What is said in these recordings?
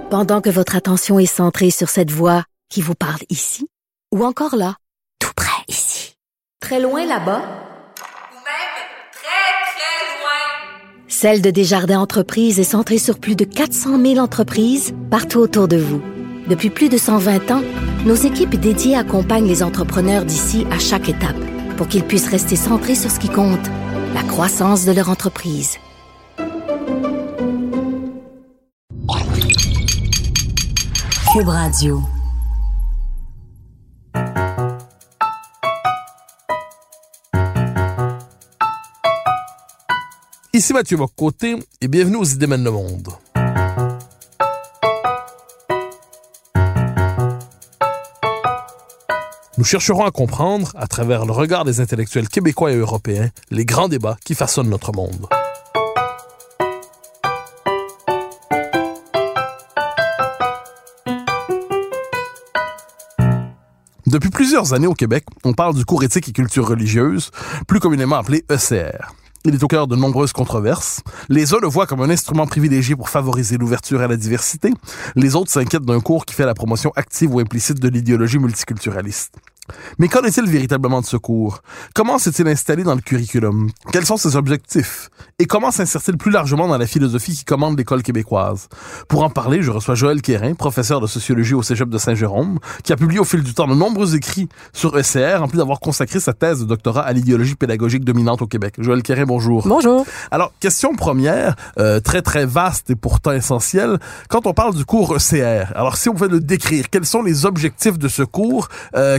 Pendant que votre attention est centrée sur cette voix qui vous parle ici, ou encore là, tout près ici, très loin là-bas, ou même très, très loin. Celle de Desjardins Entreprises est centrée sur plus de 400 000 entreprises partout autour de vous. Depuis plus de 120 ans, nos équipes dédiées accompagnent les entrepreneurs d'ici à chaque étape pour qu'ils puissent rester centrés sur ce qui compte, la croissance de leur entreprise. Cube Radio. Ici Mathieu Bock-Côté et bienvenue aux Idées mènent le monde. Nous chercherons à comprendre, à travers le regard des intellectuels québécois et européens, les grands débats qui façonnent notre monde. Depuis plusieurs années au Québec, on parle du cours éthique et culture religieuse, plus communément appelé ECR. Il est au cœur de nombreuses controverses. Les uns le voient comme un instrument privilégié pour favoriser l'ouverture à la diversité. Les autres s'inquiètent d'un cours qui fait la promotion active ou implicite de l'idéologie multiculturaliste. Mais qu'en est-il véritablement de ce cours? Comment s'est-il installé dans le curriculum? Quels sont ses objectifs? Et comment s'insère-t-il plus largement dans la philosophie qui commande l'école québécoise? Pour en parler, je reçois Joël Quérin, professeur de sociologie au Cégep de Saint-Jérôme, qui a publié au fil du temps de nombreux écrits sur ECR, en plus d'avoir consacré sa thèse de doctorat à l'idéologie pédagogique dominante au Québec. Joël Quérin, bonjour. Bonjour. Alors, question première, très très vaste et pourtant essentielle. Quand on parle du cours ECR, alors si on pouvait le décrire, quels sont les objectifs de ce cours?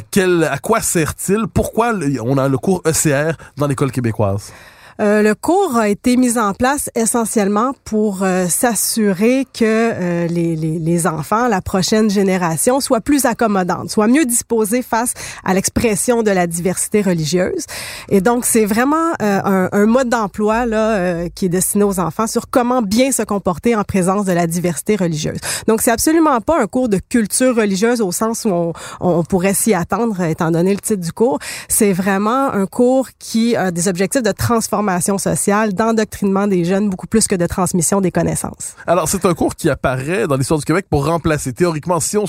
À quoi sert-il? Pourquoi on a le cours ECR dans l'école québécoise? Le cours a été mis en place essentiellement pour s'assurer que les enfants, la prochaine génération, soient plus accommodantes, soient mieux disposés face à l'expression de la diversité religieuse. Et donc, c'est vraiment un mode d'emploi là qui est destiné aux enfants sur comment bien se comporter en présence de la diversité religieuse. Donc, c'est absolument pas un cours de culture religieuse au sens où on pourrait s'y attendre, étant donné le titre du cours. C'est vraiment un cours qui a des objectifs de transformation sociale, d'endoctrinement des jeunes, beaucoup plus que de transmission des connaissances. Alors, c'est un cours qui apparaît dans l'histoire du Québec pour remplacer. Théoriquement, si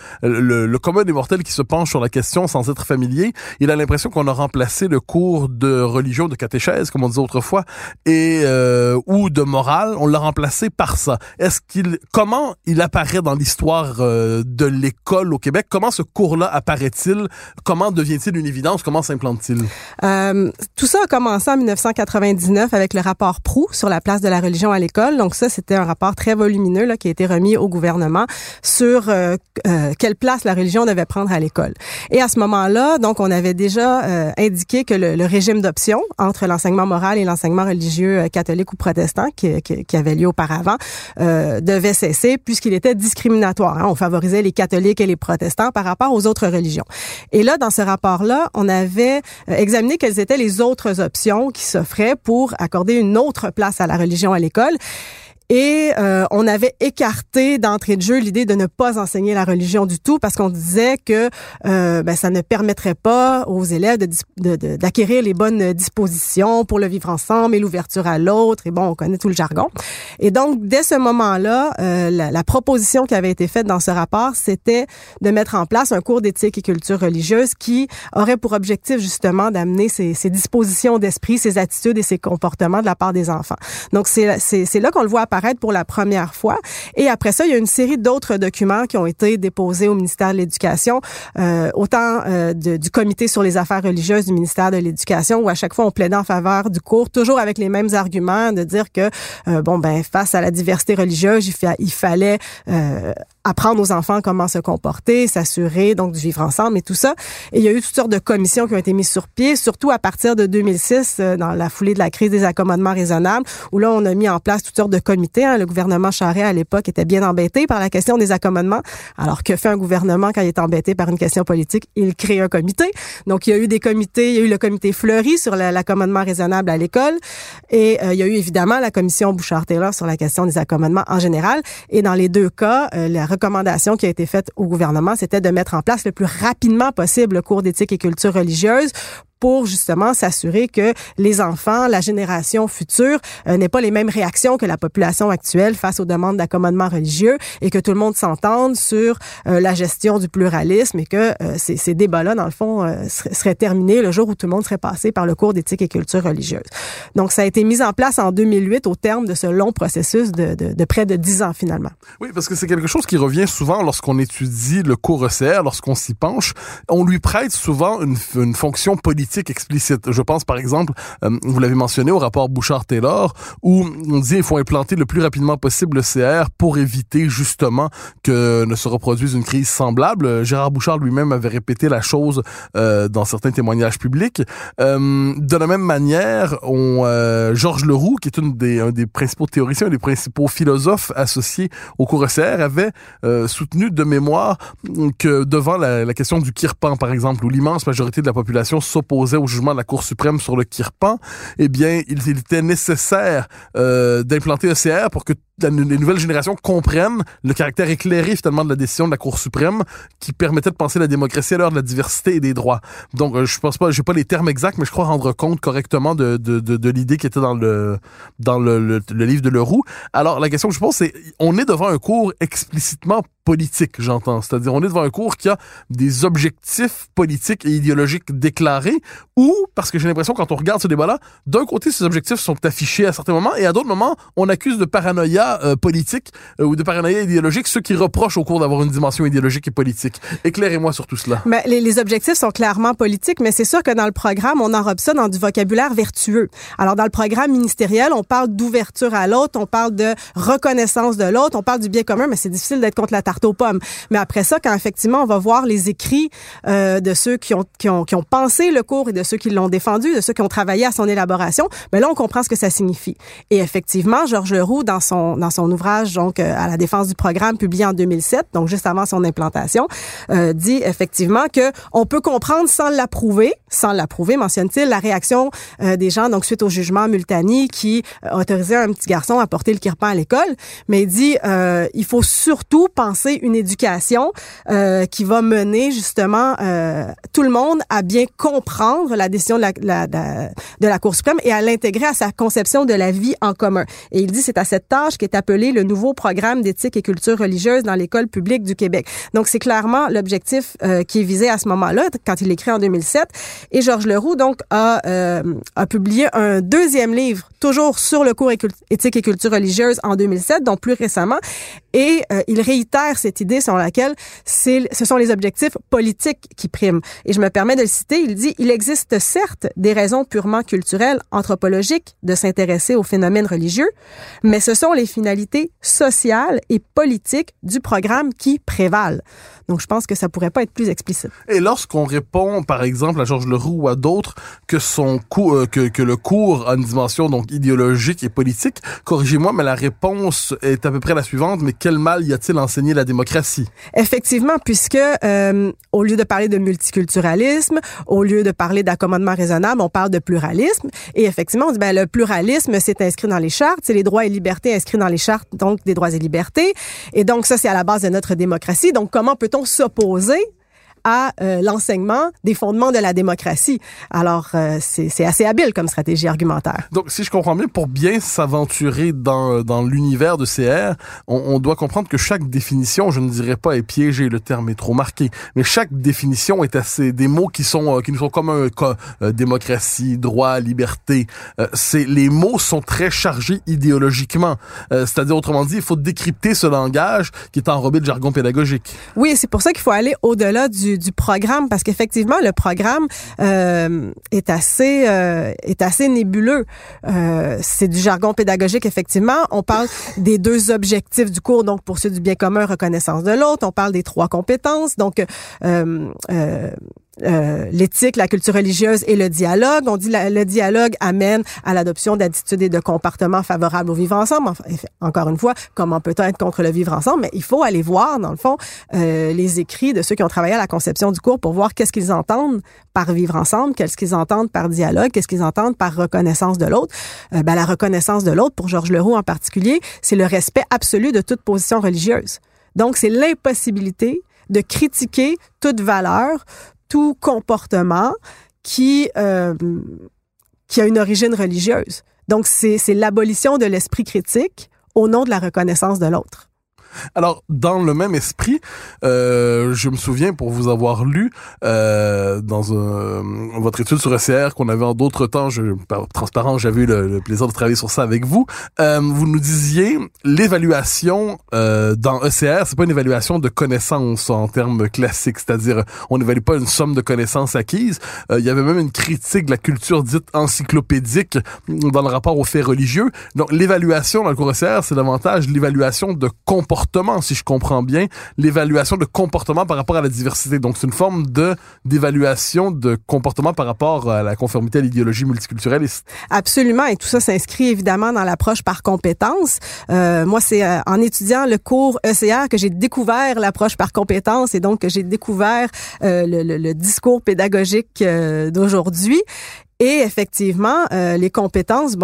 le commun des mortels qui se penche sur la question sans être familier, il a l'impression qu'on a remplacé le cours de religion, de catéchèse, comme on disait autrefois, et ou de morale, on l'a remplacé par ça. Comment il apparaît dans l'histoire de l'école au Québec? Comment ce cours-là apparaît-il? Comment devient-il une évidence? Comment s'implante-t-il? Tout ça a commencé en 1999 avec le rapport Proulx sur la place de la religion à l'école. Donc ça, c'était un rapport très volumineux là, qui a été remis au gouvernement sur quelle place la religion devait prendre à l'école. Et à ce moment-là, donc on avait déjà indiqué que le régime d'option entre l'enseignement moral et l'enseignement religieux catholique ou protestant qui avait lieu auparavant devait cesser puisqu'il était discriminatoire. Hein. On favorisait les catholiques et les protestants par rapport aux autres religions. Et là, dans ce rapport-là, on avait examiné quelles étaient les autres options qui s'offraient pour accorder une autre place à la religion à l'école. Et on avait écarté d'entrée de jeu l'idée de ne pas enseigner la religion du tout parce qu'on disait que ça ne permettrait pas aux élèves d'acquérir les bonnes dispositions pour le vivre ensemble et l'ouverture à l'autre. Et bon, on connaît tout le jargon. Et donc, dès ce moment-là, la proposition qui avait été faite dans ce rapport, c'était de mettre en place un cours d'éthique et culture religieuse qui aurait pour objectif justement d'amener ces dispositions d'esprit, ces attitudes et ces comportements de la part des enfants. Donc, c'est là qu'on le voit apparaître pour la première fois. Et après ça, il y a une série d'autres documents qui ont été déposés au ministère de l'Éducation, autant du comité sur les affaires religieuses du ministère de l'Éducation, où à chaque fois on plaidait en faveur du cours, toujours avec les mêmes arguments, de dire que face à la diversité religieuse, il fallait apprendre aux enfants comment se comporter, s'assurer donc du vivre ensemble et tout ça. Et il y a eu toutes sortes de commissions qui ont été mises sur pied, surtout à partir de 2006, dans la foulée de la crise des accommodements raisonnables, où là, on a mis en place toutes sortes de comités. Hein. Le gouvernement Charest, à l'époque, était bien embêté par la question des accommodements. Alors, que fait un gouvernement quand il est embêté par une question politique? Il crée un comité. Donc, il y a eu des comités. Il y a eu le comité Fleury sur l'accommodement raisonnable à l'école. Et il y a eu évidemment la commission Bouchard-Taylor sur la question des accommodements en général. Et dans les deux cas, la recommandation qui a été faite au gouvernement, c'était de mettre en place le plus rapidement possible le cours d'éthique et culture religieuse pour justement s'assurer que les enfants, la génération future, n'aient pas les mêmes réactions que la population actuelle face aux demandes d'accommodement religieux et que tout le monde s'entende sur la gestion du pluralisme et que ces débats-là, dans le fond, seraient terminés le jour où tout le monde serait passé par le cours d'éthique et culture religieuse. Donc, ça a été mis en place en 2008 au terme de ce long processus de près de 10 ans, finalement. Oui, parce que c'est quelque chose qui revient souvent lorsqu'on étudie le cours ECR, lorsqu'on s'y penche. On lui prête souvent une fonction politique explicite. Je pense, par exemple, vous l'avez mentionné au rapport Bouchard-Taylor, où on dit qu'il faut implanter le plus rapidement possible l'ECR pour éviter justement que ne se reproduise une crise semblable. Gérard Bouchard lui-même avait répété la chose dans certains témoignages publics. De la même manière, Georges Leroux, qui est un des principaux théoriciens, un des principaux philosophes associés au cours ECR, avait soutenu de mémoire que devant la question du Kirpan, par exemple, où l'immense majorité de la population s'opposait au jugement de la Cour suprême sur le Kirpan, eh bien, il était nécessaire d'implanter ECR pour que les nouvelles générations comprennent le caractère éclairé finalement de la décision de la Cour suprême qui permettait de penser la démocratie à l'heure de la diversité et des droits. Donc, je pense pas, j'ai pas les termes exacts, mais je crois rendre compte correctement de l'idée qui était dans le livre de Leroux. Alors, la question que je pose, c'est, on est devant un cours explicitement politique, j'entends. C'est-à-dire, on est devant un cours qui a des objectifs politiques et idéologiques déclarés, ou, parce que j'ai l'impression, quand on regarde ce débat-là, d'un côté, ces objectifs sont affichés à certains moments, et à d'autres moments, on accuse de paranoïa politique ou de paranoïa idéologique ceux qui reprochent au cours d'avoir une dimension idéologique et politique. Éclairez-moi sur tout cela. Mais les objectifs sont clairement politiques, mais c'est sûr que dans le programme, on enrobe ça dans du vocabulaire vertueux. Alors, dans le programme ministériel, on parle d'ouverture à l'autre, on parle de reconnaissance de l'autre, on parle du bien commun, mais c'est difficile d'être contre la tarte aux pommes. Mais après ça, quand effectivement, on va voir les écrits de ceux qui ont pensé le cours et de ceux qui l'ont défendu, de ceux qui ont travaillé à son élaboration, mais là, on comprend ce que ça signifie. Et effectivement, Georges Leroux, dans son ouvrage, donc, à la défense du programme, publié en 2007, donc juste avant son implantation, dit effectivement que on peut comprendre sans l'approuver, mentionne-t-il, la réaction des gens, donc, suite au jugement Multani qui autorisait un petit garçon à porter le kirpan à l'école, mais il dit, il faut surtout penser une éducation qui va mener justement tout le monde à bien comprendre la décision de la Cour suprême et à l'intégrer à sa conception de la vie en commun. Et il dit c'est à cette tâche qu'est appelé le nouveau programme d'éthique et culture religieuse dans l'école publique du Québec. Donc c'est clairement l'objectif qui est visé à ce moment-là quand il l'écrit en 2007. Et Georges Leroux donc a publié un deuxième livre toujours sur le cours éthique et culture religieuse en 2007, donc plus récemment. Et il réitère cette idée selon laquelle ce sont les objectifs politiques qui priment. Et je me permets de le citer, il dit « Il existe certes des raisons purement culturelles, anthropologiques de s'intéresser aux phénomènes religieux, mais ce sont les finalités sociales et politiques du programme qui prévalent. » Donc, je pense que ça pourrait pas être plus explicite. Et lorsqu'on répond, par exemple, à Georges Leroux ou à d'autres, que le cours a une dimension donc idéologique et politique, corrigez-moi, mais la réponse est à peu près la suivante, mais quel mal y a-t-il à enseigner la démocratie? Effectivement, puisque au lieu de parler de multiculturalisme, au lieu de parler d'accommodement raisonnable, on parle de pluralisme. Et effectivement, on dit le pluralisme, c'est inscrit dans les chartes, c'est les droits et libertés inscrits dans les chartes, donc des droits et libertés. Et donc ça, c'est à la base de notre démocratie. Donc comment peut-on s'opposer à l'enseignement des fondements de la démocratie. Alors, c'est assez habile comme stratégie argumentaire. Donc, si je comprends bien, pour bien s'aventurer dans l'univers de CR, on doit comprendre que chaque définition, je ne dirais pas est piégée, le terme est trop marqué, mais chaque définition est des mots qui nous sont communs, démocratie, droit, liberté. Les mots sont très chargés idéologiquement. C'est-à-dire, autrement dit, il faut décrypter ce langage qui est enrobé de jargon pédagogique. Oui, c'est pour ça qu'il faut aller au-delà du programme, parce qu'effectivement, le programme est assez nébuleux. C'est du jargon pédagogique, effectivement. On parle des 2 objectifs du cours, donc poursuite du bien commun, reconnaissance de l'autre. On parle des 3 compétences, donc l'éthique, la culture religieuse et le dialogue. On dit le dialogue amène à l'adoption d'attitudes et de comportements favorables au vivre ensemble. Enfin, encore une fois, comment peut-on être contre le vivre ensemble? Mais il faut aller voir, dans le fond, les écrits de ceux qui ont travaillé à la conception du cours pour voir qu'est-ce qu'ils entendent par vivre ensemble, qu'est-ce qu'ils entendent par dialogue, qu'est-ce qu'ils entendent par reconnaissance de l'autre. La reconnaissance de l'autre, pour Georges Leroux en particulier, c'est le respect absolu de toute position religieuse. Donc, c'est l'impossibilité de critiquer toute valeur, tout comportement qui a une origine religieuse. Donc, c'est l'abolition de l'esprit critique au nom de la reconnaissance de l'autre. Alors, dans le même esprit, je me souviens, pour vous avoir lu dans votre étude sur ECR qu'on avait en d'autres temps, par transparence, j'avais eu le plaisir de travailler sur ça avec vous. Vous nous disiez, l'évaluation dans ECR, c'est pas une évaluation de connaissances en termes classiques, c'est-à-dire on n'évalue pas une somme de connaissances acquises. Il y avait même une critique de la culture dite encyclopédique dans le rapport aux faits religieux. Donc, l'évaluation dans le cours ECR, c'est davantage l'évaluation de comportement, si je comprends bien, l'évaluation de comportement par rapport à la diversité. Donc, c'est une forme d'évaluation de comportement par rapport à la conformité à l'idéologie multiculturaliste. Absolument, et tout ça s'inscrit évidemment dans l'approche par compétence. Moi, c'est en étudiant le cours ECR que j'ai découvert l'approche par compétence et donc que j'ai découvert le discours pédagogique d'aujourd'hui. Et effectivement, les compétences,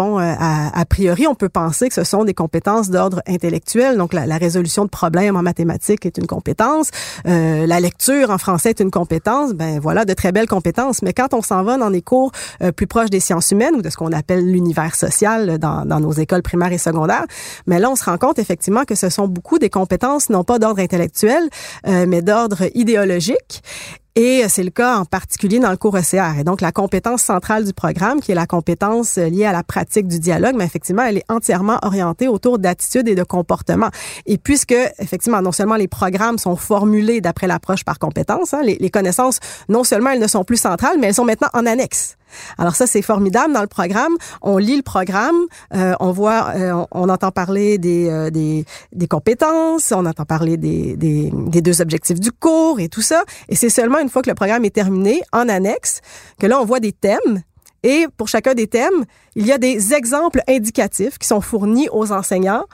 a priori, on peut penser que ce sont des compétences d'ordre intellectuel. Donc, la résolution de problèmes en mathématiques est une compétence. La lecture en français est une compétence. Voilà, de très belles compétences. Mais quand on s'en va dans des cours plus proches des sciences humaines ou de ce qu'on appelle l'univers social dans nos écoles primaires et secondaires, mais là, on se rend compte effectivement que ce sont beaucoup des compétences, non pas d'ordre intellectuel, mais d'ordre idéologique. Et c'est le cas en particulier dans le cours ECR. Et donc, la compétence centrale du programme, qui est la compétence liée à la pratique du dialogue, mais effectivement, elle est entièrement orientée autour d'attitudes et de comportements. Et puisque, effectivement, non seulement les programmes sont formulés d'après l'approche par compétence, les connaissances, non seulement elles ne sont plus centrales, mais elles sont maintenant en annexe. Alors ça, c'est formidable dans le programme. On lit le programme, on voit, on entend parler des compétences, on entend parler des deux objectifs du cours et tout ça. Et c'est seulement une fois que le programme est terminé, en annexe, que là, on voit des thèmes. Et pour chacun des thèmes, il y a des exemples indicatifs qui sont fournis aux enseignants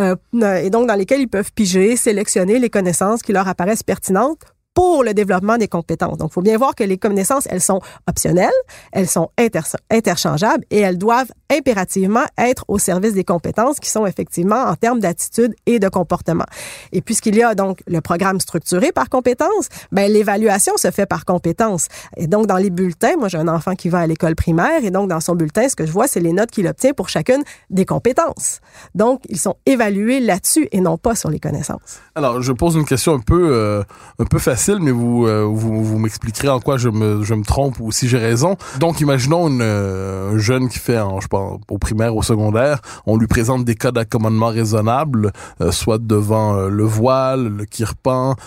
et donc dans lesquels ils peuvent piger, sélectionner les connaissances qui leur apparaissent pertinentes pour le développement des compétences. Donc, il faut bien voir que les connaissances, elles sont optionnelles, elles sont interchangeables et elles doivent impérativement être au service des compétences qui sont effectivement en termes d'attitude et de comportement. Et puisqu'il y a donc le programme structuré par compétences, l'évaluation se fait par compétences. Et donc, dans les bulletins, moi, j'ai un enfant qui va à l'école primaire et donc, dans son bulletin, ce que je vois, c'est les notes qu'il obtient pour chacune des compétences. Donc, ils sont évalués là-dessus et non pas sur les connaissances. Alors, je pose une question un peu facile, mais vous m'expliquerez en quoi je me trompe ou si j'ai raison. Donc, imaginons un jeune qui fait, je pense, au primaire, au secondaire, on lui présente des cas d'accommodement raisonnables, soit devant le voile, le kirpan,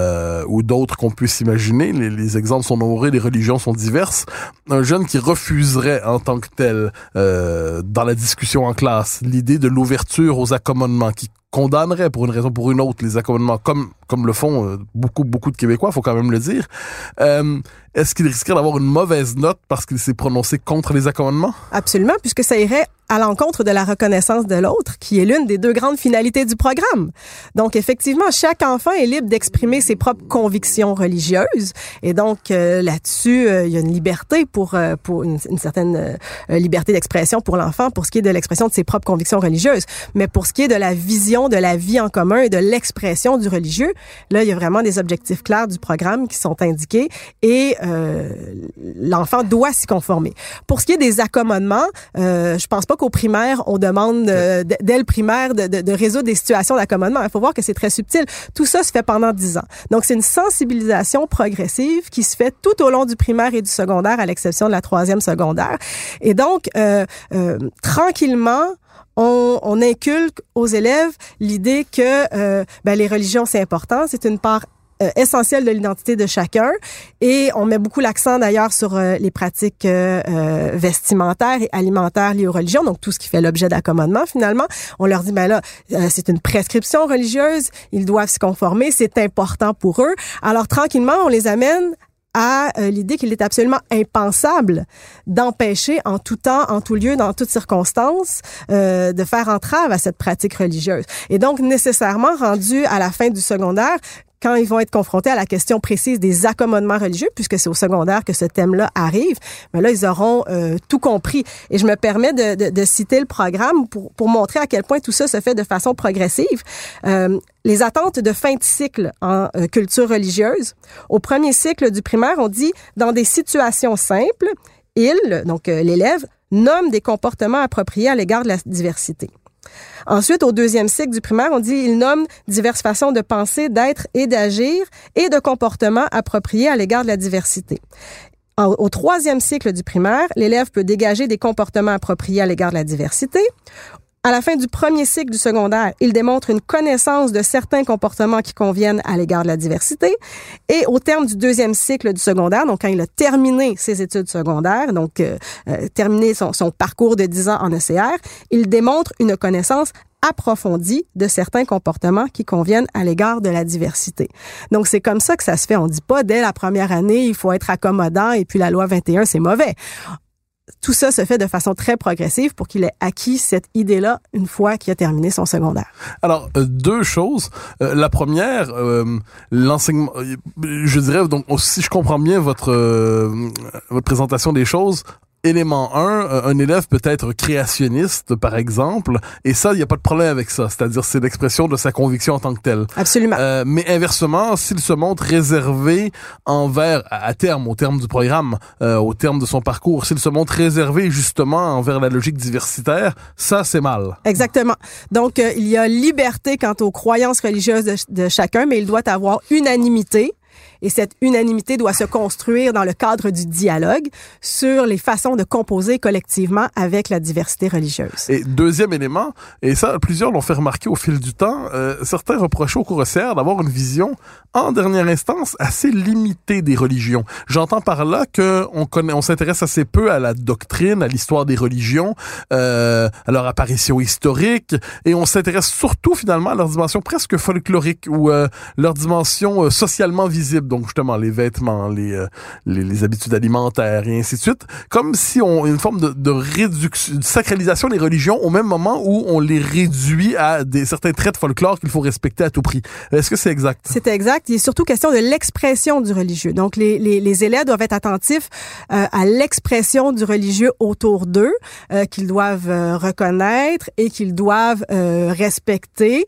ou d'autres qu'on puisse imaginer. Les exemples sont nombreux, les religions sont diverses. Un jeune qui refuserait en tant que tel, dans la discussion en classe, l'idée de l'ouverture aux accommodements, qui condamnerait pour une raison ou pour une autre les accommodements comme le font beaucoup de Québécois, faut quand même le dire. Est-ce qu'il risquerait d'avoir une mauvaise note parce qu'il s'est prononcé contre les accommodements? Absolument, puisque ça irait à l'encontre de la reconnaissance de l'autre, qui est l'une des deux grandes finalités du programme. Donc, effectivement, chaque enfant est libre d'exprimer ses propres convictions religieuses. Et donc, là-dessus, il y a une liberté pour une certaine liberté d'expression pour l'enfant pour ce qui est de l'expression de ses propres convictions religieuses. Mais pour ce qui est de la vision de la vie en commun et de l'expression du religieux, là, il y a vraiment des objectifs clairs du programme qui sont indiqués et l'enfant doit s'y conformer. Pour ce qui est des accommodements, je pense pas qu'au primaire, on demande dès le primaire de résoudre des situations d'accommodement. Il faut voir que c'est très subtil. Tout ça se fait pendant 10 ans. Donc, c'est une sensibilisation progressive qui se fait tout au long du primaire et du secondaire, à l'exception de la 3e secondaire. Et donc, tranquillement, on inculque aux élèves l'idée que les religions, c'est important, c'est une part essentielle de l'identité de chacun et on met beaucoup l'accent d'ailleurs sur les pratiques vestimentaires et alimentaires liées aux religions, donc tout ce qui fait l'objet d'accommodement finalement. On leur dit, c'est une prescription religieuse, ils doivent s'y conformer, c'est important pour eux. Alors tranquillement, on les amène à l'idée qu'il est absolument impensable d'empêcher en tout temps, en tout lieu, dans toutes circonstances, de faire entrave à cette pratique religieuse. Et donc, nécessairement, rendu à la fin du secondaire, quand ils vont être confrontés à la question précise des accommodements religieux, puisque c'est au secondaire que ce thème-là arrive, mais là, ils auront tout compris. Et je me permets de citer le programme pour montrer à quel point tout ça se fait de façon progressive. Les attentes de fin de cycle en culture religieuse. Au premier cycle du primaire, on dit, dans des situations simples, l'élève, nomme des comportements appropriés à l'égard de la diversité. Ensuite, au deuxième cycle du primaire, on dit il nomme diverses façons de penser, d'être et d'agir et de comportements appropriés à l'égard de la diversité. Au troisième cycle du primaire, l'élève peut dégager des comportements appropriés à l'égard de la diversité. À la fin du premier cycle du secondaire, il démontre une connaissance de certains comportements qui conviennent à l'égard de la diversité. Et au terme du deuxième cycle du secondaire, donc quand il a terminé ses études secondaires, donc terminé son parcours de 10 ans en ECR, il démontre une connaissance approfondie de certains comportements qui conviennent à l'égard de la diversité. Donc, c'est comme ça que ça se fait. On dit pas dès la première année, il faut être accommodant et puis la loi 21, c'est mauvais. Tout ça se fait de façon très progressive pour qu'il ait acquis cette idée-là une fois qu'il a terminé son secondaire. Alors, deux choses. La première, l'enseignement, je dirais, donc, si je comprends bien votre présentation des choses, élément 1, un élève peut être créationniste, par exemple, et ça, il n'y a pas de problème avec ça. C'est-à-dire, c'est l'expression de sa conviction en tant que telle. Absolument. Mais inversement, s'il se montre réservé envers, à terme, au terme du programme, au terme de son parcours, s'il se montre réservé, justement, envers la logique diversitaire, ça, c'est mal. Exactement. Donc, il y a liberté quant aux croyances religieuses de chacun, mais il doit avoir unanimité. Et cette unanimité doit se construire dans le cadre du dialogue sur les façons de composer collectivement avec la diversité religieuse. Et deuxième élément, et ça, plusieurs l'ont fait remarquer au fil du temps, certains reprochaient au cours ECR d'avoir une vision, en dernière instance, assez limitée des religions. J'entends par là on s'intéresse assez peu à la doctrine, à l'histoire des religions, à leur apparition historique, et on s'intéresse surtout, finalement, à leur dimension presque folklorique ou leur dimension socialement visible. Donc, justement, les vêtements, les habitudes alimentaires et ainsi de suite. Comme si on une forme de réduction, de sacralisation des religions au même moment où on les réduit à certains traits de folklore qu'il faut respecter à tout prix. Est-ce que c'est exact? C'est exact. Il est surtout question de l'expression du religieux. Donc, les élèves doivent être attentifs à l'expression du religieux autour d'eux, qu'ils doivent reconnaître et qu'ils doivent respecter.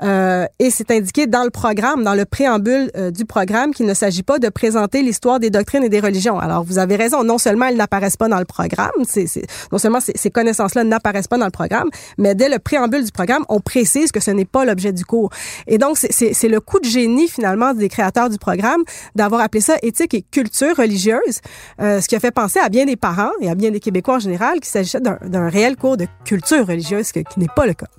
Et c'est indiqué dans le programme, dans le préambule du programme, qu'il ne s'agit pas de présenter l'histoire des doctrines et des religions. Alors, vous avez raison, non seulement elles n'apparaissent pas dans le programme, non seulement ces connaissances-là n'apparaissent pas dans le programme, mais dès le préambule du programme, on précise que ce n'est pas l'objet du cours. Et donc, c'est le coup de génie, finalement, des créateurs du programme d'avoir appelé ça éthique et culture religieuse, ce qui a fait penser à bien des parents et à bien des Québécois en général qu'il s'agissait d'un réel cours de culture religieuse, ce qui n'est pas le cas.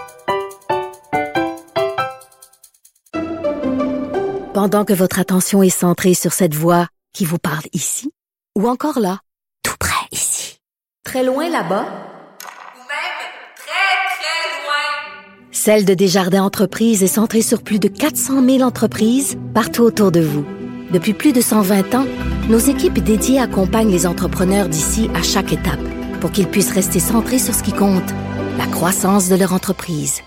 Pendant que votre attention est centrée sur cette voix qui vous parle ici, ou encore là, tout près ici, très loin là-bas, ou même très, très loin. Celle de Desjardins Entreprises est centrée sur plus de 400 000 entreprises partout autour de vous. Depuis plus de 120 ans, nos équipes dédiées accompagnent les entrepreneurs d'ici à chaque étape pour qu'ils puissent rester centrés sur ce qui compte, la croissance de leur entreprise.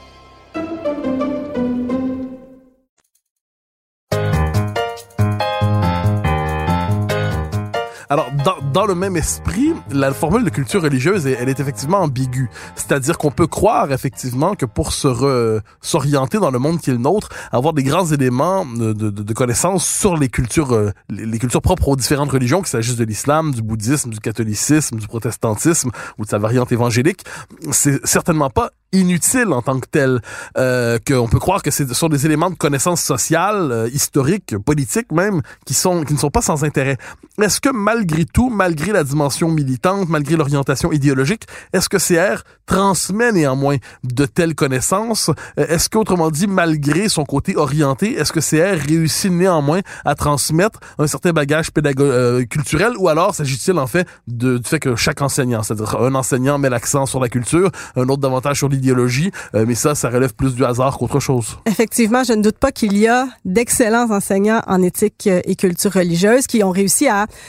Alors, dans le même esprit, la formule de culture religieuse, elle est effectivement ambiguë. C'est-à-dire qu'on peut croire, effectivement, que pour s'orienter dans le monde qui est le nôtre, avoir des grands éléments de connaissances sur les cultures propres aux différentes religions, qu'il s'agisse de l'islam, du bouddhisme, du catholicisme, du protestantisme ou de sa variante évangélique, c'est certainement pas inutile en tant que tel, qu'on peut croire que ce sont des éléments de connaissance sociale, historique, politique même, qui ne sont pas sans intérêt. Est-ce que malgré tout, malgré la dimension militante, malgré l'orientation idéologique, est-ce que CR transmet néanmoins de telles connaissances? Est-ce qu'autrement dit, malgré son côté orienté, est-ce que CR réussit néanmoins à transmettre un certain bagage culturel, ou alors s'agit-il en fait du fait que chaque enseignant, c'est-à-dire un enseignant met l'accent sur la culture, un autre davantage sur l'idéologie, mais ça relève plus du hasard qu'autre chose. Effectivement, je ne doute pas qu'il y a d'excellents enseignants en éthique et culture religieuse qui ont réussi à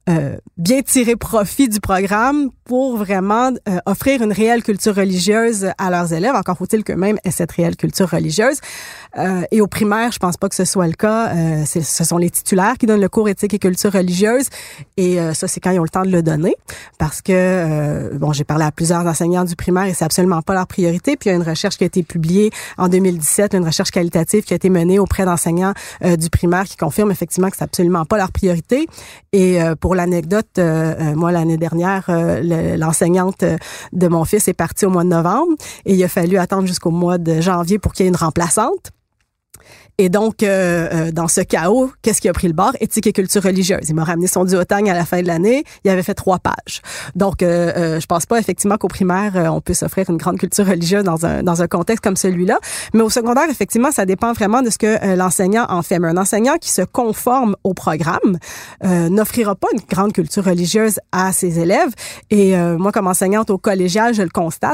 bien tirer profit du programme pour vraiment offrir une réelle culture religieuse à leurs élèves. Encore faut-il qu'eux-mêmes aient cette réelle culture religieuse. Et au primaire, je pense pas que ce soit le cas. Ce sont les titulaires qui donnent le cours éthique et culture religieuse. Et ça, c'est quand ils ont le temps de le donner. Parce que, j'ai parlé à plusieurs enseignants du primaire et c'est absolument pas leur priorité. Puis il y a une recherche qui a été publiée en 2017, une recherche qualitative qui a été menée auprès d'enseignants du primaire qui confirme effectivement que c'est absolument pas leur priorité. Et pour l'anecdote, moi, l'année dernière, l'enseignante de mon fils est partie au mois de novembre et il a fallu attendre jusqu'au mois de janvier pour qu'il y ait une remplaçante. Et donc, dans ce chaos, qu'est-ce qui a pris le bord? Éthique et culture religieuse. Il m'a ramené son duotang à la fin de l'année. Il avait fait 3 pages. Donc, je pense pas effectivement qu'au primaire, on puisse offrir une grande culture religieuse dans un contexte comme celui-là. Mais au secondaire, effectivement, ça dépend vraiment de ce que l'enseignant en fait. Mais un enseignant qui se conforme au programme n'offrira pas une grande culture religieuse à ses élèves. Et moi, comme enseignante au collégial, je le constate.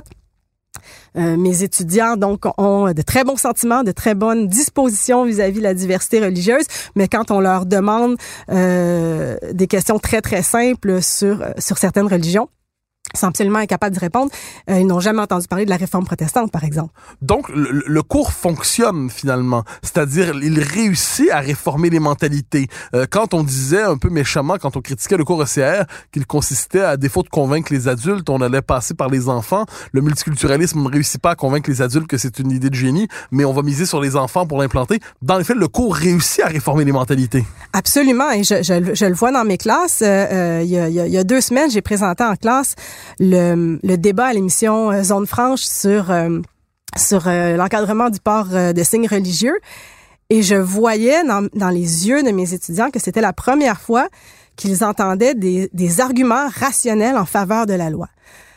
Mes étudiants donc ont de très bons sentiments, de très bonnes dispositions vis-à-vis de la diversité religieuse, mais quand on leur demande des questions très très simples sur certaines religions, ils sont absolument incapables de répondre. Ils n'ont jamais entendu parler de la réforme protestante, par exemple. Donc, le cours fonctionne, finalement. C'est-à-dire, il réussit à réformer les mentalités. Quand on disait un peu méchamment, quand on critiquait le cours ECR, qu'il consistait, à défaut de convaincre les adultes, on allait passer par les enfants. Le multiculturalisme ne réussit pas à convaincre les adultes que c'est une idée de génie, mais on va miser sur les enfants pour l'implanter. Dans les faits, le cours réussit à réformer les mentalités. Absolument. Et je le vois dans mes classes. Il y a 2 semaines, j'ai présenté en classe le débat à l'émission Zone Franche sur l'encadrement du port de signes religieux. Et je voyais dans les yeux de mes étudiants que c'était la première fois qu'ils entendaient des arguments rationnels en faveur de la loi.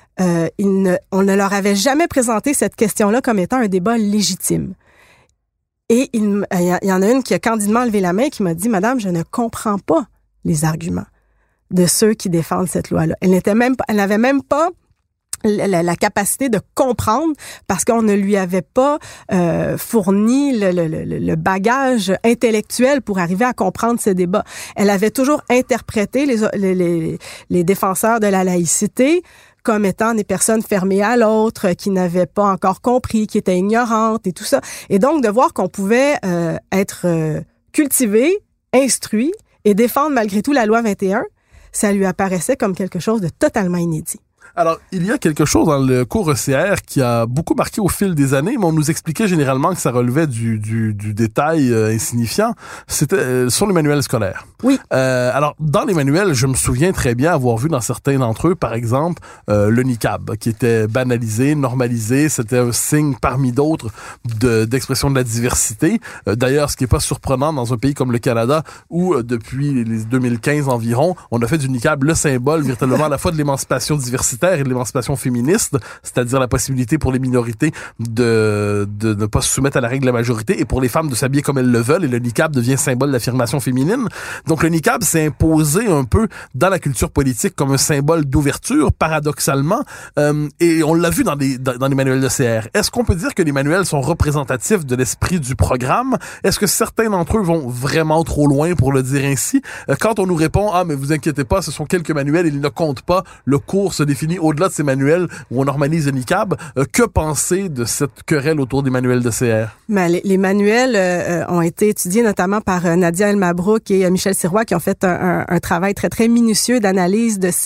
On ne leur avait jamais présenté cette question-là comme étant un débat légitime. Et il y en a une qui a candidement levé la main et qui m'a dit « Madame, je ne comprends pas les arguments de ceux qui défendent cette loi-là. » Elle n'avait même pas la capacité de comprendre parce qu'on ne lui avait pas fourni le bagage intellectuel pour arriver à comprendre ce débat. Elle avait toujours interprété les défenseurs de la laïcité comme étant des personnes fermées à l'autre, qui n'avaient pas encore compris, qui étaient ignorantes et tout ça. Et donc, de voir qu'on pouvait être cultivé, instruit et défendre malgré tout la loi 21, ça lui apparaissait comme quelque chose de totalement inédit. Alors, il y a quelque chose dans le cours ECR qui a beaucoup marqué au fil des années, mais on nous expliquait généralement que ça relevait du détail insignifiant. C'était sur les manuels scolaires. Oui. Alors, dans les manuels, je me souviens très bien avoir vu dans certains d'entre eux, par exemple, le niqab, qui était banalisé, normalisé. C'était un signe parmi d'autres d'expression de la diversité. D'ailleurs, ce qui est pas surprenant dans un pays comme le Canada, où depuis les 2015 environ, on a fait du niqab le symbole véritablement à la fois de l'émancipation diversitaire et de l'émancipation féministe, c'est-à-dire la possibilité pour les minorités de ne pas se soumettre à la règle de la majorité et pour les femmes de s'habiller comme elles le veulent, et le niqab devient symbole d'affirmation féminine. Donc le niqab s'est imposé un peu dans la culture politique comme un symbole d'ouverture, paradoxalement, et on l'a vu dans les manuels de CR. Est-ce qu'on peut dire que les manuels sont représentatifs de l'esprit du programme? Est-ce que certains d'entre eux vont vraiment trop loin, pour le dire ainsi? Quand on nous répond « Ah, mais vous inquiétez pas, ce sont quelques manuels, ils ne comptent pas, le cours se définit au-delà de ces manuels où on normalise le niqab », que penser de cette querelle autour des manuels de CR? Mais les manuels ont été étudiés notamment par Nadia El-Mabrouk et Michel Sirois, qui ont fait un travail très très minutieux d'analyse de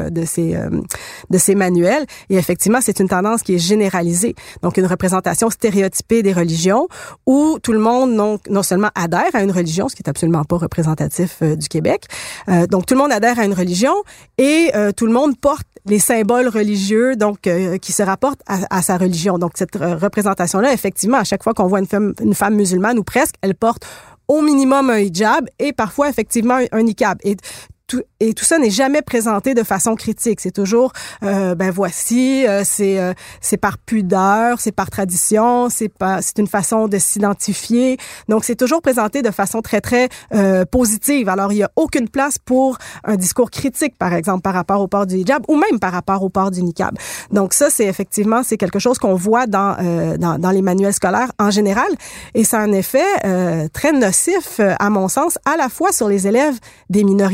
ces manuels. Et effectivement, c'est une tendance qui est généralisée. Donc une représentation stéréotypée des religions où tout le monde non seulement adhère à une religion, ce qui est absolument pas représentatif du Québec. Donc tout le monde adhère à une religion et tout le monde porte les symboles religieux donc qui se rapportent à sa religion. Donc cette représentation-là, effectivement, à chaque fois qu'on voit une femme musulmane ou presque, elle porte au minimum un hijab et parfois effectivement un niqab. Et tout ça n'est jamais présenté de façon critique. C'est toujours, voici, c'est par pudeur, c'est par tradition, c'est une façon de s'identifier. Donc, c'est toujours présenté de façon très, très positive. Alors, il y a aucune place pour un discours critique, par exemple, par rapport au port du hijab ou même par rapport au port du niqab. Donc, ça, c'est quelque chose qu'on voit dans les manuels scolaires en général. Et ça a un effet très nocif, à mon sens, à la fois sur les élèves des minorités religieuses,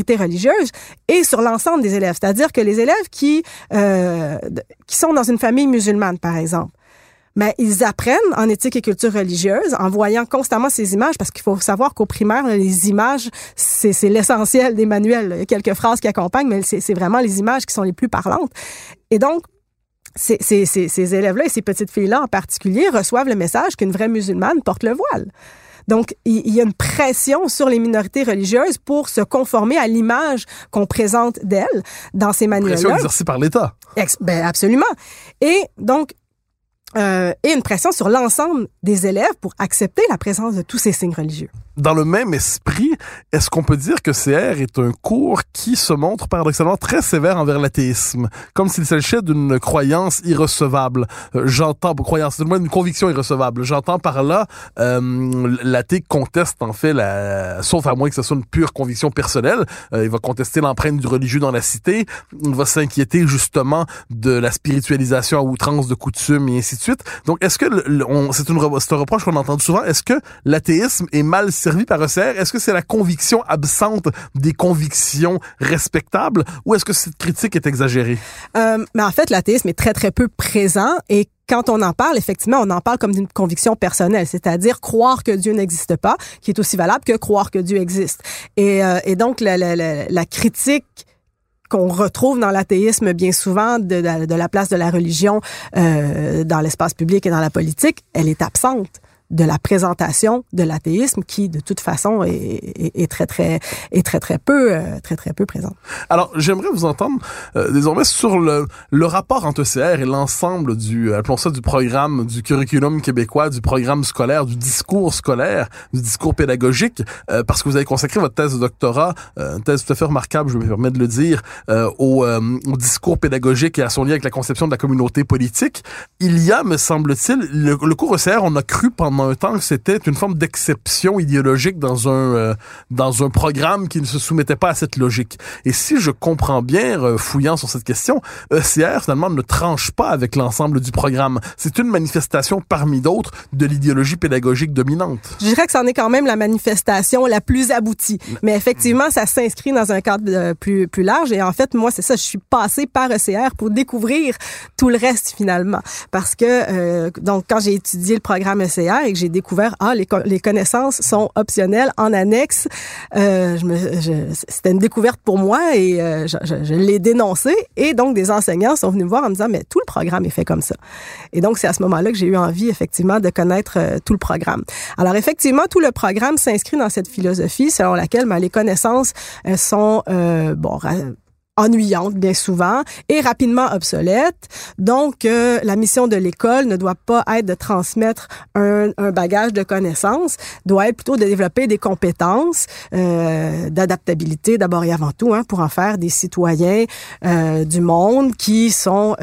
religieuse et sur l'ensemble des élèves. C'est-à-dire que les élèves qui sont dans une famille musulmane, par exemple, mais ils apprennent en éthique et culture religieuse en voyant constamment ces images, parce qu'il faut savoir qu'au primaire, les images, c'est l'essentiel des manuels. Il y a quelques phrases qui accompagnent, mais c'est vraiment les images qui sont les plus parlantes. Et donc, ces élèves-là et ces petites filles-là en particulier reçoivent le message qu'une vraie musulmane porte le voile. Donc, il y a une pression sur les minorités religieuses pour se conformer à l'image qu'on présente d'elles dans ces manuels-là. Pression exercée par l'État. Ben, absolument. Et donc, et une pression sur l'ensemble des élèves pour accepter la présence de tous ces signes religieux. Dans le même esprit, est-ce qu'on peut dire que CR est un cours qui se montre paradoxalement très sévère envers l'athéisme, comme s'il s'agissait d'une croyance irrecevable? Croyance, c'est une conviction irrecevable. J'entends par là, l'athée conteste en fait, sauf à moins que ce soit une pure conviction personnelle, il va contester l'empreinte du religieux dans la cité, il va s'inquiéter justement de la spiritualisation à outrance de coutumes et ainsi de suite. Donc, est-ce que c'est un reproche qu'on entend souvent? Est-ce que l'athéisme est mal servi par ECR? Est-ce que c'est la conviction absente des convictions respectables ou est-ce que cette critique est exagérée? Mais en fait, l'athéisme est très, très peu présent et quand on en parle, effectivement, on en parle comme d'une conviction personnelle, c'est-à-dire croire que Dieu n'existe pas, qui est aussi valable que croire que Dieu existe. Et donc, la critique qu'on retrouve dans l'athéisme bien souvent de la place de la religion dans l'espace public et dans la politique, elle est absente de la présentation de l'athéisme qui, de toute façon, est très peu présent. Alors, j'aimerais vous entendre désormais sur le rapport entre ECR et l'ensemble appelons ça du programme, du curriculum québécois, du programme scolaire, du discours scolaire, du discours pédagogique, parce que vous avez consacré votre thèse de doctorat, une thèse tout à fait remarquable, je me permets de le dire, au discours pédagogique et à son lien avec la conception de la communauté politique. Il y a, me semble-t-il, le cours ECR, on a cru pendant un temps que c'était une forme d'exception idéologique dans un programme qui ne se soumettait pas à cette logique. Et si je comprends bien, fouillant sur cette question, ECR finalement ne tranche pas avec l'ensemble du programme. C'est une manifestation parmi d'autres de l'idéologie pédagogique dominante. Je dirais que c'en est quand même la manifestation la plus aboutie. Mais effectivement, ça s'inscrit dans un cadre plus large. Et en fait, moi, c'est ça, je suis passée par ECR pour découvrir tout le reste finalement. Parce que, donc, quand j'ai étudié le programme ECR et que j'ai découvert, les connaissances sont optionnelles en annexe, c'était une découverte pour moi et je l'ai dénoncé. Et donc, des enseignants sont venus me voir en me disant, mais tout le programme est fait comme ça. Et donc, c'est à ce moment-là que j'ai eu envie, effectivement, de connaître tout le programme. Alors, effectivement, tout le programme s'inscrit dans cette philosophie selon laquelle les connaissances sont, ennuyantes bien souvent et rapidement obsolètes. Donc, la mission de l'école ne doit pas être de transmettre un bagage de connaissances, doit être plutôt de développer des compétences d'adaptabilité d'abord et avant tout, pour en faire des citoyens du monde qui sont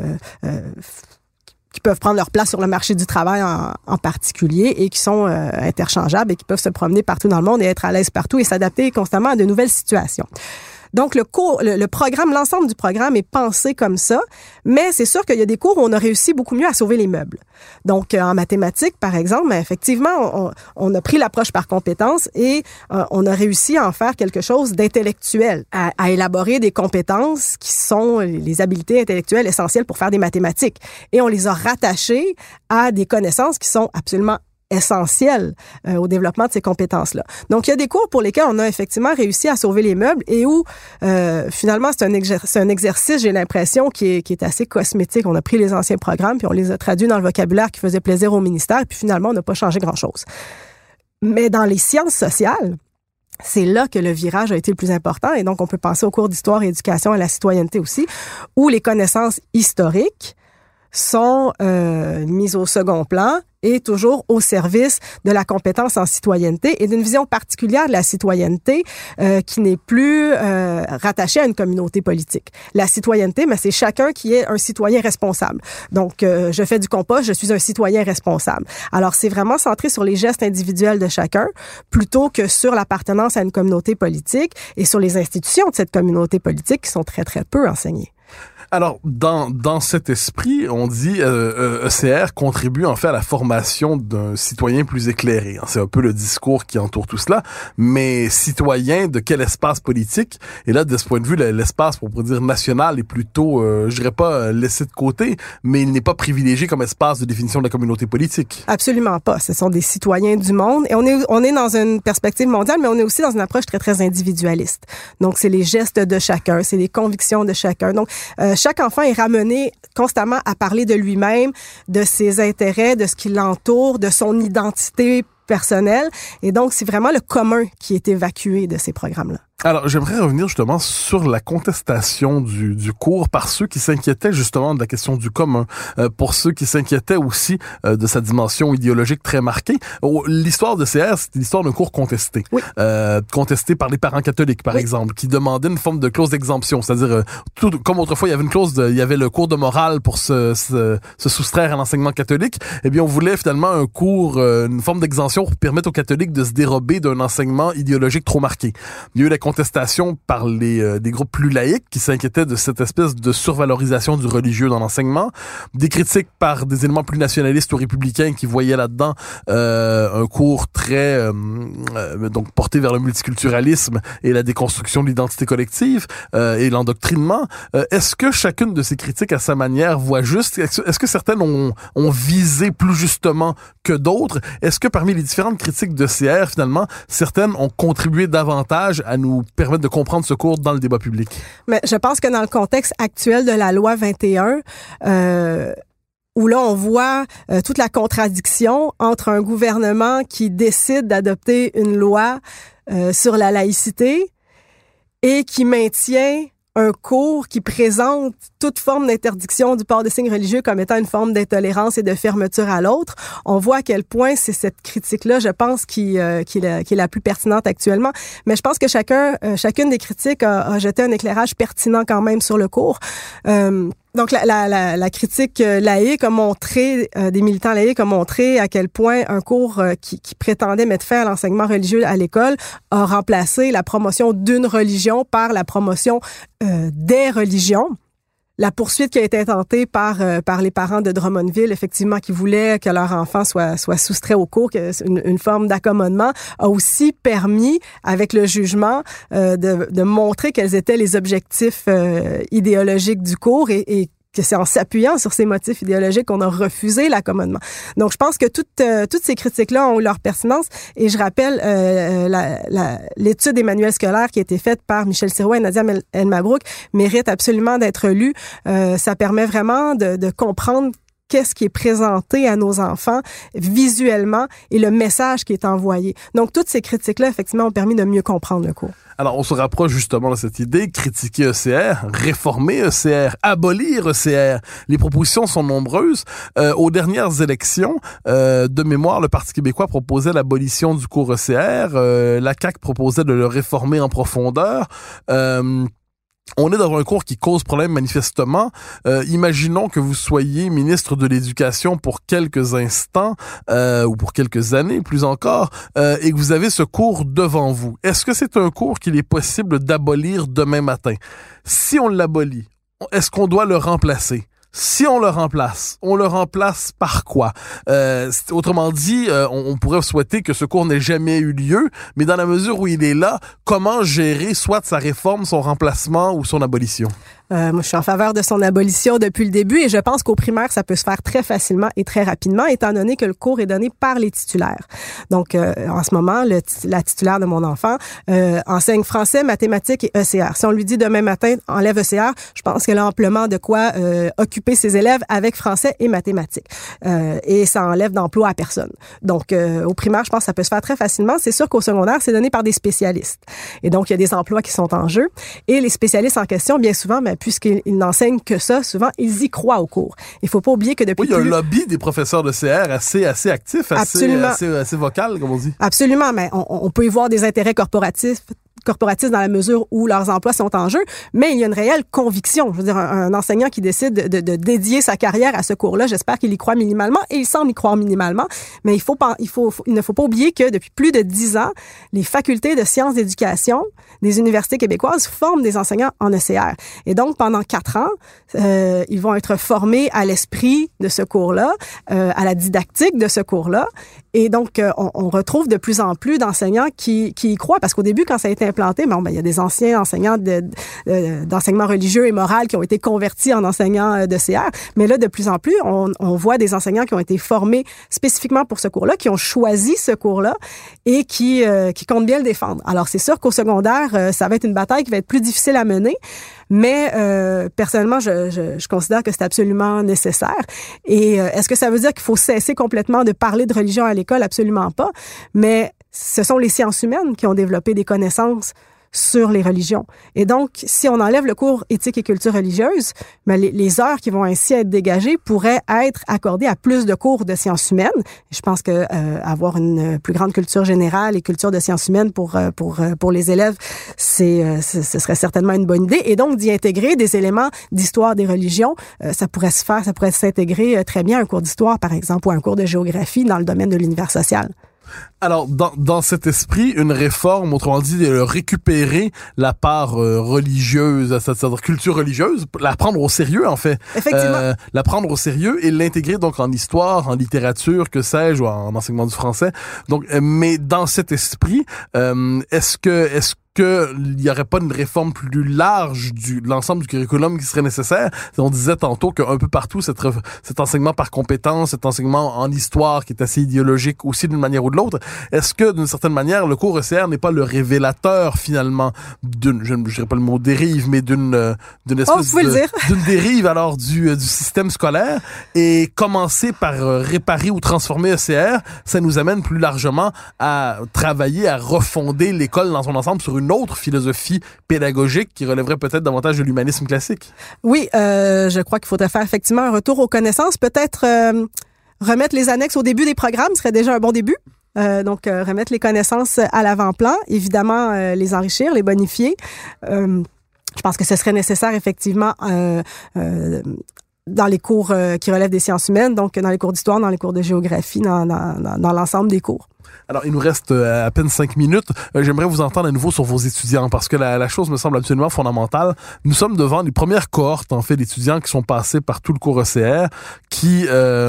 qui peuvent prendre leur place sur le marché du travail en particulier et qui sont interchangeables et qui peuvent se promener partout dans le monde et être à l'aise partout et s'adapter constamment à de nouvelles situations. Donc, le programme, l'ensemble du programme est pensé comme ça, mais c'est sûr qu'il y a des cours où on a réussi beaucoup mieux à sauver les meubles. Donc, en mathématiques, par exemple, effectivement, on a pris l'approche par compétences et on a réussi à en faire quelque chose d'intellectuel, à élaborer des compétences qui sont les habiletés intellectuelles essentielles pour faire des mathématiques. Et on les a rattachées à des connaissances qui sont absolument essentiel au développement de ces compétences-là. Donc, il y a des cours pour lesquels on a effectivement réussi à sauver les meubles et où, finalement, c'est un exercice, j'ai l'impression, qui est assez cosmétique. On a pris les anciens programmes puis on les a traduits dans le vocabulaire qui faisait plaisir au ministère puis finalement, on n'a pas changé grand-chose. Mais dans les sciences sociales, c'est là que le virage a été le plus important et donc on peut penser aux cours d'histoire et éducation à la citoyenneté aussi, où les connaissances historiques sont mises au second plan et toujours au service de la compétence en citoyenneté et d'une vision particulière de la citoyenneté qui n'est plus rattachée à une communauté politique. La citoyenneté, mais c'est chacun qui est un citoyen responsable. Donc, je fais du compost, je suis un citoyen responsable. Alors, c'est vraiment centré sur les gestes individuels de chacun plutôt que sur l'appartenance à une communauté politique et sur les institutions de cette communauté politique qui sont très, très peu enseignées. Alors, dans cet esprit, on dit ECR contribue en fait à la formation d'un citoyen plus éclairé. C'est un peu le discours qui entoure tout cela, mais citoyen de quel espace politique? Et là, de ce point de vue, l'espace, pour dire national, est plutôt, je dirais pas laissé de côté, mais il n'est pas privilégié comme espace de définition de la communauté politique. Absolument pas. Ce sont des citoyens du monde et on est dans une perspective mondiale, mais on est aussi dans une approche très, très individualiste. Donc, c'est les gestes de chacun, c'est les convictions de chacun. Donc, chaque enfant est ramené constamment à parler de lui-même, de ses intérêts, de ce qui l'entoure, de son identité personnelle. Et donc, c'est vraiment le commun qui est évacué de ces programmes-là. Alors, j'aimerais revenir justement sur la contestation du cours par ceux qui s'inquiétaient justement de la question du commun, pour ceux qui s'inquiétaient aussi de sa dimension idéologique très marquée. L'histoire de CR, c'est l'histoire d'un cours contesté. Oui. Contesté par les parents catholiques, par exemple, qui demandaient une forme de clause d'exemption. C'est-à-dire, comme autrefois, il y avait une clause, il y avait le cours de morale pour se soustraire à l'enseignement catholique. Eh bien, on voulait finalement un cours, une forme d'exemption pour permettre aux catholiques de se dérober d'un enseignement idéologique trop marqué. Il y a eu la contestation par des groupes plus laïques qui s'inquiétaient de cette espèce de survalorisation du religieux dans l'enseignement, des critiques par des éléments plus nationalistes ou républicains qui voyaient là-dedans un cours très donc porté vers le multiculturalisme et la déconstruction de l'identité collective et l'endoctrinement. Est-ce que chacune de ces critiques à sa manière voit juste? Est-ce que certaines ont visé plus justement que d'autres? Est-ce que parmi les différentes critiques de CR, finalement, certaines ont contribué davantage à nous permettre de comprendre ce cours dans le débat public? Mais je pense que dans le contexte actuel de la loi 21, où là, on voit toute la contradiction entre un gouvernement qui décide d'adopter une loi sur la laïcité et qui maintient un cours qui présente toute forme d'interdiction du port de signes religieux comme étant une forme d'intolérance et de fermeture à l'autre. On voit à quel point c'est cette critique-là, je pense, qui est la plus pertinente actuellement. Mais je pense que chacune des critiques a jeté un éclairage pertinent quand même sur le cours. Donc, la critique laïque a montré, des militants laïcs ont montré à quel point un cours qui prétendait mettre fin à l'enseignement religieux à l'école a remplacé la promotion d'une religion par la promotion des religions. La poursuite qui a été tentée par les parents de Drummondville, effectivement, qui voulaient que leur enfant soit soustrait au cours, une forme d'accommodement, a aussi permis, avec le jugement, de montrer quels étaient les objectifs idéologiques du cours et que c'est en s'appuyant sur ces motifs idéologiques qu'on a refusé l'accommodement. Donc, je pense que toutes ces critiques-là ont eu leur pertinence. Et je rappelle l'étude des manuels scolaires qui a été faite par Michel Sirois et Nadia El Mabrouk mérite absolument d'être lue. Ça permet vraiment de comprendre qu'est-ce qui est présenté à nos enfants visuellement et le message qui est envoyé. Donc, toutes ces critiques-là, effectivement, ont permis de mieux comprendre le cours. Alors, on se rapproche justement de cette idée, critiquer ECR, réformer ECR, abolir ECR. Les propositions sont nombreuses. Aux dernières élections, de mémoire, le Parti québécois proposait l'abolition du cours ECR. La CAQ proposait de le réformer en profondeur. On est dans un cours qui cause problème manifestement. Imaginons que vous soyez ministre de l'Éducation pour quelques instants ou pour quelques années, plus encore, et que vous avez ce cours devant vous. Est-ce que c'est un cours qu'il est possible d'abolir demain matin? Si on l'abolit, est-ce qu'on doit le remplacer? Si on le remplace par quoi? Autrement dit, on pourrait souhaiter que ce cours n'ait jamais eu lieu, mais dans la mesure où il est là, comment gérer soit sa réforme, son remplacement ou son abolition? Moi, je suis en faveur de son abolition depuis le début et je pense qu'au primaire, ça peut se faire très facilement et très rapidement, étant donné que le cours est donné par les titulaires. Donc, en ce moment, la titulaire de mon enfant enseigne français, mathématiques et ECR. Si on lui dit demain matin, enlève ECR, je pense qu'elle a amplement de quoi occuper ses élèves avec français et mathématiques. Et ça enlève d'emploi à personne. Donc, au primaire, je pense que ça peut se faire très facilement. C'est sûr qu'au secondaire, c'est donné par des spécialistes. Et donc, il y a des emplois qui sont en jeu. Et les spécialistes en question, bien souvent, puisqu'ils n'enseignent que ça, souvent, ils y croient au cours. Il faut pas oublier que depuis... Oui, il y a un lobby des professeurs de CR assez actif, assez vocal, comme on dit. Absolument, mais on peut y voir des intérêts corporatifs corporatisme dans la mesure où leurs emplois sont en jeu, mais il y a une réelle conviction. Je veux dire, un enseignant qui décide de dédier sa carrière à ce cours-là, j'espère qu'il y croit minimalement, et il semble y croire minimalement, mais il ne faut pas oublier que depuis plus de 10 ans, les facultés de sciences d'éducation des universités québécoises forment des enseignants en ECR. Et donc, pendant 4 ans, ils vont être formés à l'esprit de ce cours-là, à la didactique de ce cours-là. Et donc, on retrouve de plus en plus d'enseignants qui y croient, parce qu'au début, quand ça a été implanté, il y a des anciens enseignants d'enseignement religieux et moral qui ont été convertis en enseignants d'ECR, mais là, de plus en plus, on voit des enseignants qui ont été formés spécifiquement pour ce cours-là, qui ont choisi ce cours-là et qui comptent bien le défendre. Alors, c'est sûr qu'au secondaire, ça va être une bataille qui va être plus difficile à mener, mais personnellement, je considère que c'est absolument nécessaire. Et est-ce que ça veut dire qu'il faut cesser complètement de parler de religion à l'école? Absolument pas. Mais ce sont les sciences humaines qui ont développé des connaissances sur les religions. Et donc, si on enlève le cours éthique et culture religieuse, les heures qui vont ainsi être dégagées pourraient être accordées à plus de cours de sciences humaines. Je pense que avoir une plus grande culture générale et culture de sciences humaines pour les élèves, ce serait certainement une bonne idée. Et donc, d'y intégrer des éléments d'histoire des religions, ça pourrait s'intégrer très bien à un cours d'histoire, par exemple, ou à un cours de géographie dans le domaine de l'univers social. Alors, dans cet esprit, une réforme, autrement dit, de récupérer la part religieuse, c'est-à-dire culture religieuse, la prendre au sérieux, en fait. Effectivement. La prendre au sérieux et l'intégrer donc en histoire, en littérature, que sais-je, ou en enseignement du français. Donc, mais dans cet esprit, est-ce qu'il n'y aurait pas une réforme plus large de l'ensemble du curriculum qui serait nécessaire? On disait tantôt qu'un peu partout, cet enseignement par compétence, cet enseignement en histoire qui est assez idéologique aussi d'une manière ou de l'autre, est-ce que d'une certaine manière, le cours ECR n'est pas le révélateur finalement je ne dirais pas le mot dérive, mais d'une espèce d'une dérive alors du système scolaire, et commencer par réparer ou transformer ECR, ça nous amène plus largement à travailler, à refonder l'école dans son ensemble sur une autre philosophie pédagogique qui relèverait peut-être davantage de l'humanisme classique. Oui, je crois qu'il faudrait faire effectivement un retour aux connaissances. Peut-être remettre les annexes au début des programmes serait déjà un bon début. Donc, remettre les connaissances à l'avant-plan, évidemment, les enrichir, les bonifier. Je pense que ce serait nécessaire, effectivement, dans les cours qui relèvent des sciences humaines, donc dans les cours d'histoire, dans les cours de géographie, dans l'ensemble des cours. Alors, il nous reste à peine 5 minutes. J'aimerais vous entendre à nouveau sur vos étudiants, parce que la chose me semble absolument fondamentale. Nous sommes devant les premières cohortes, en fait, d'étudiants qui sont passés par tout le cours ECR, qui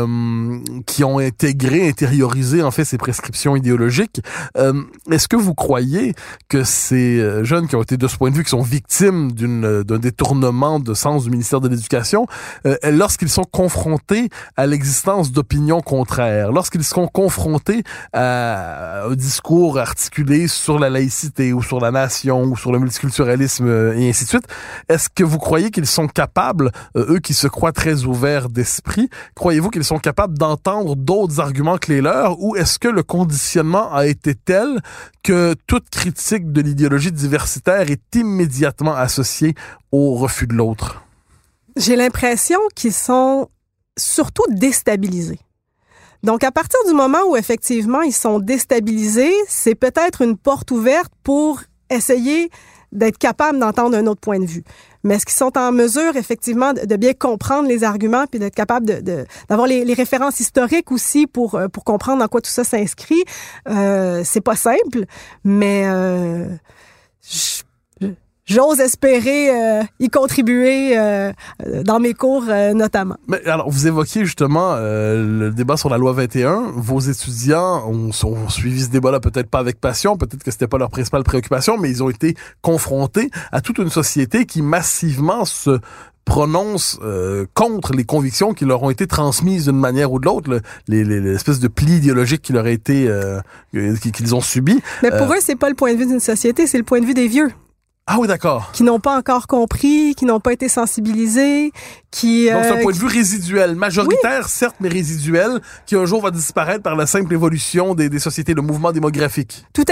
ont intériorisé, en fait, ces prescriptions idéologiques. Est-ce que vous croyez que ces jeunes qui ont été, de ce point de vue, qui sont victimes d'un détournement de sens du ministère de l'Éducation, lorsqu'ils sont confrontés à l'existence d'opinions contraires, lorsqu'ils sont confrontés à un discours articulé sur la laïcité ou sur la nation ou sur le multiculturalisme et ainsi de suite, est-ce que vous croyez qu'ils sont capables, eux qui se croient très ouverts d'esprit, croyez-vous qu'ils sont capables d'entendre d'autres arguments que les leurs, ou est-ce que le conditionnement a été tel que toute critique de l'idéologie diversitaire est immédiatement associée au refus de l'autre? J'ai l'impression qu'ils sont surtout déstabilisés. Donc, à partir du moment où, effectivement, ils sont déstabilisés, c'est peut-être une porte ouverte pour essayer d'être capable d'entendre un autre point de vue. Mais est-ce qu'ils sont en mesure, effectivement, de bien comprendre les arguments puis d'être capable d'avoir les références historiques aussi pour comprendre en quoi tout ça s'inscrit? C'est pas simple, mais j'ose espérer y contribuer dans mes cours notamment. Mais alors, vous évoquiez justement le débat sur la loi 21. Vos étudiants ont suivi ce débat-là peut-être pas avec passion, peut-être que c'était pas leur principale préoccupation, mais ils ont été confrontés à toute une société qui massivement se prononce contre les convictions qui leur ont été transmises d'une manière ou de l'autre, l'espèce de pli idéologique qui leur a été qu'ils ont subi. Mais pour eux, c'est pas le point de vue d'une société, c'est le point de vue des vieux. Ah oui, d'accord. Qui n'ont pas encore compris, qui n'ont pas été sensibilisés, donc c'est un point de vue résiduel, majoritaire, oui, certes, mais résiduel, qui un jour va disparaître par la simple évolution des sociétés, le mouvement démographique. Tout à fait.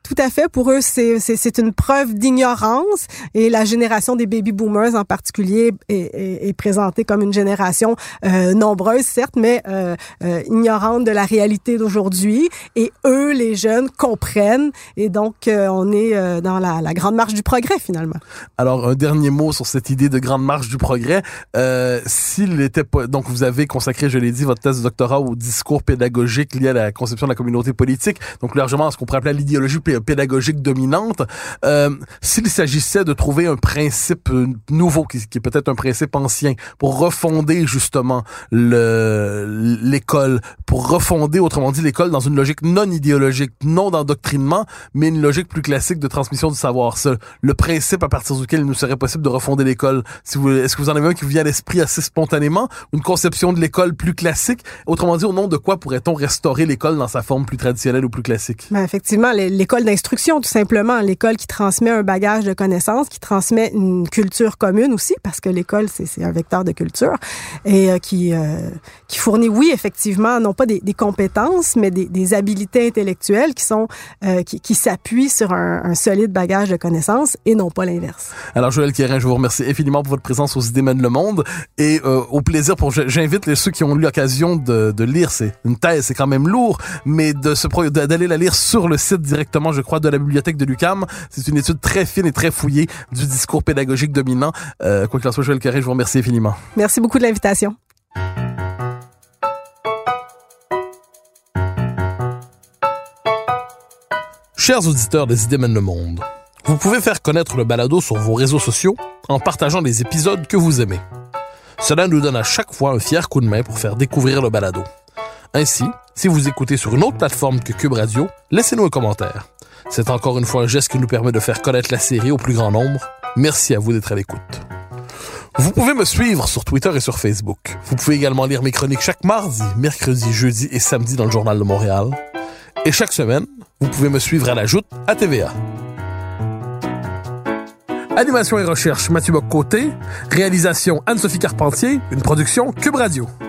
tout à fait. Pour eux, c'est une preuve d'ignorance et la génération des baby boomers en particulier est présentée comme une génération nombreuse, certes, mais ignorante de la réalité d'aujourd'hui. Et eux, les jeunes, comprennent. Et donc, on est dans la grande marche du progrès, finalement. Alors, un dernier mot sur cette idée de grande marche du progrès. S'il était pas... Donc, vous avez consacré, je l'ai dit, votre thèse de doctorat au discours pédagogique lié à la conception de la communauté politique, donc largement à ce qu'on pourrait appeler l'idéologie pédagogique dominante. S'il s'agissait de trouver un principe nouveau, qui est peut-être un principe ancien, pour refonder justement l'école, pour refonder, autrement dit, l'école dans une logique non idéologique, non d'endoctrinement, mais une logique plus classique de transmission du savoir. Le principe à partir duquel il nous serait possible de refonder l'école. Est-ce que vous en avez un qui vous vient à l'esprit assez spontanément? Une conception de l'école plus classique? Autrement dit, au nom de quoi pourrait-on restaurer l'école dans sa forme plus traditionnelle ou plus classique? Ben effectivement, l'école d'instruction, tout simplement. L'école qui transmet un bagage de connaissances, qui transmet une culture commune aussi, parce que l'école, c'est un vecteur de culture, et qui fournit, oui, effectivement, non pas des compétences, mais des habiletés intellectuelles qui s'appuient sur un solide bagage de connaissances et non pas l'inverse. Alors, Joëlle Quérin, je vous remercie infiniment pour votre présence aux Idées mènent le monde et au plaisir j'invite ceux qui ont eu l'occasion de lire, c'est une thèse, c'est quand même lourd, mais d'aller la lire sur le site directement, je crois, de la bibliothèque de l'UQAM. C'est une étude très fine et très fouillée du discours pédagogique dominant. Quoi qu'il en soit, Joëlle Quérin, je vous remercie infiniment. Merci beaucoup de l'invitation. Chers auditeurs des Idées mènent le monde, vous pouvez faire connaître le balado sur vos réseaux sociaux en partageant les épisodes que vous aimez. Cela nous donne à chaque fois un fier coup de main pour faire découvrir le balado. Ainsi, si vous écoutez sur une autre plateforme que Cube Radio, laissez-nous un commentaire. C'est encore une fois un geste qui nous permet de faire connaître la série au plus grand nombre. Merci à vous d'être à l'écoute. Vous pouvez me suivre sur Twitter et sur Facebook. Vous pouvez également lire mes chroniques chaque mardi, mercredi, jeudi et samedi dans le Journal de Montréal. Et chaque semaine, vous pouvez me suivre à la Joute à TVA. Animation et recherche, Mathieu Bock-Côté. Réalisation, Anne-Sophie Carpentier. Une production Cube Radio.